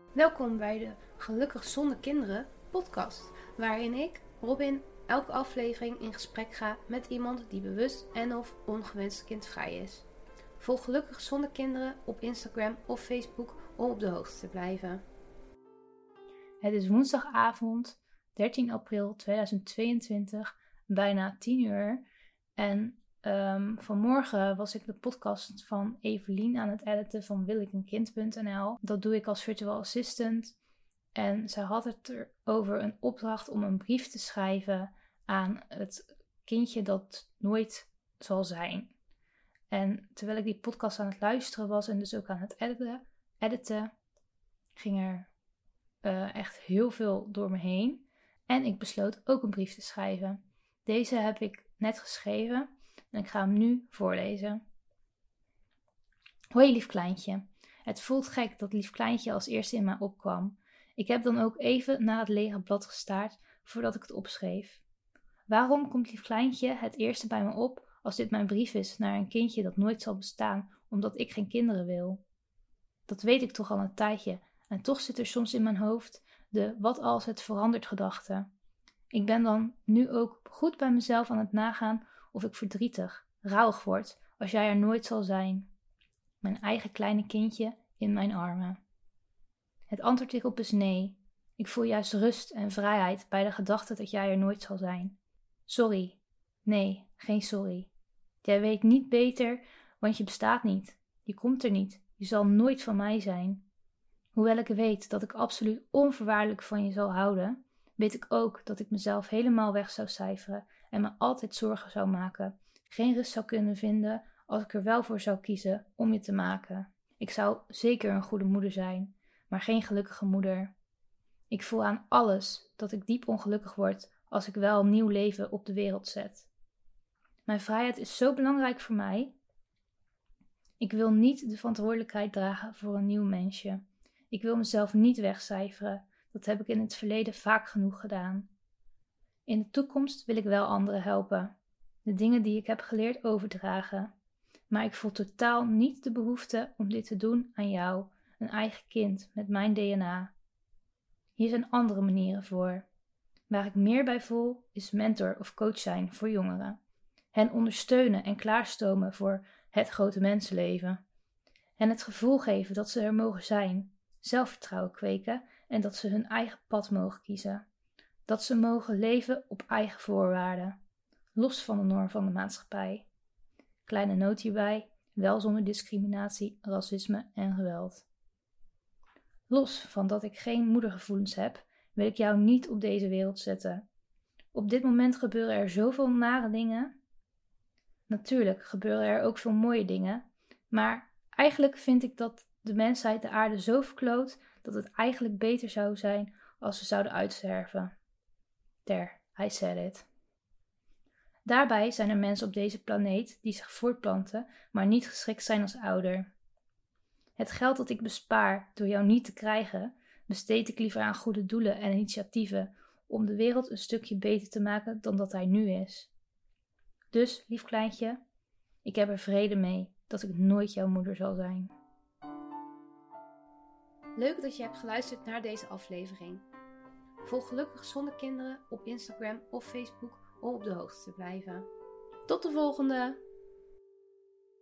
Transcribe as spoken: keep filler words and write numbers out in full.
Welkom bij de Gelukkig Zonder Kinderen podcast, waarin ik, Robin, elke aflevering in gesprek ga met iemand die bewust en of ongewenst kindvrij is. Volg Gelukkig Zonder Kinderen op Instagram of Facebook om op de hoogte te blijven. Het is woensdagavond dertien april tweeduizend tweeëntwintig, bijna tien uur. En um, vanmorgen was ik de podcast van Evelien aan het editen van wilikenkind punt n l. Dat doe ik als virtual assistant. En zij had het er over een opdracht om een brief te schrijven aan het kindje dat nooit zal zijn. En terwijl ik die podcast aan het luisteren was en dus ook aan het editen, editen ging er uh, echt heel veel door me heen. En ik besloot ook een brief te schrijven. Deze heb ik net geschreven en ik ga hem nu voorlezen. Hoi lief kleintje. Het voelt gek dat lief kleintje als eerste in mij opkwam. Ik heb dan ook even naar het lege blad gestaard voordat ik het opschreef. Waarom komt lief kleintje het eerste bij me op als dit mijn brief is naar een kindje dat nooit zal bestaan omdat ik geen kinderen wil? Dat weet ik toch al een tijdje en toch zit er soms in mijn hoofd de wat als het verandert gedachte. Ik ben dan nu ook goed bij mezelf aan het nagaan of ik verdrietig, rouwig word als jij er nooit zal zijn. Mijn eigen kleine kindje in mijn armen. Het antwoord hierop is nee. Ik voel juist rust en vrijheid bij de gedachte dat jij er nooit zal zijn. Sorry. Nee, geen sorry. Jij weet niet beter, want je bestaat niet. Je komt er niet. Je zal nooit van mij zijn. Hoewel ik weet dat ik absoluut onvoorwaardelijk van je zal houden, weet ik ook dat ik mezelf helemaal weg zou cijferen en me altijd zorgen zou maken, geen rust zou kunnen vinden als ik er wel voor zou kiezen om je te maken. Ik zou zeker een goede moeder zijn, maar geen gelukkige moeder. Ik voel aan alles dat ik diep ongelukkig word als ik wel een nieuw leven op de wereld zet. Mijn vrijheid is zo belangrijk voor mij. Ik wil niet de verantwoordelijkheid dragen voor een nieuw mensje. Ik wil mezelf niet wegcijferen. Dat heb ik in het verleden vaak genoeg gedaan. In de toekomst wil ik wel anderen helpen. De dingen die ik heb geleerd overdragen. Maar ik voel totaal niet de behoefte om dit te doen aan jou, een eigen kind met mijn D N A. Hier zijn andere manieren voor. Waar ik meer bij voel is mentor of coach zijn voor jongeren. Hen ondersteunen en klaarstomen voor het grote mensenleven. En het gevoel geven dat ze er mogen zijn. Zelfvertrouwen kweken en dat ze hun eigen pad mogen kiezen. Dat ze mogen leven op eigen voorwaarden, los van de norm van de maatschappij. Kleine noot hierbij, wel zonder discriminatie, racisme en geweld. Los van dat ik geen moedergevoelens heb, wil ik jou niet op deze wereld zetten. Op dit moment gebeuren er zoveel nare dingen. Natuurlijk gebeuren er ook veel mooie dingen, maar eigenlijk vind ik dat de mensheid de aarde zo verkloot dat het eigenlijk beter zou zijn als ze zouden uitsterven. There, I said it. Daarbij zijn er mensen op deze planeet die zich voortplanten, maar niet geschikt zijn als ouder. Het geld dat ik bespaar door jou niet te krijgen, besteed ik liever aan goede doelen en initiatieven om de wereld een stukje beter te maken dan dat hij nu is. Dus, lief kleintje, ik heb er vrede mee dat ik nooit jouw moeder zal zijn. Leuk dat je hebt geluisterd naar deze aflevering. Volg Gelukkig Zonder Kinderen op Instagram of Facebook om op de hoogte te blijven. Tot de volgende!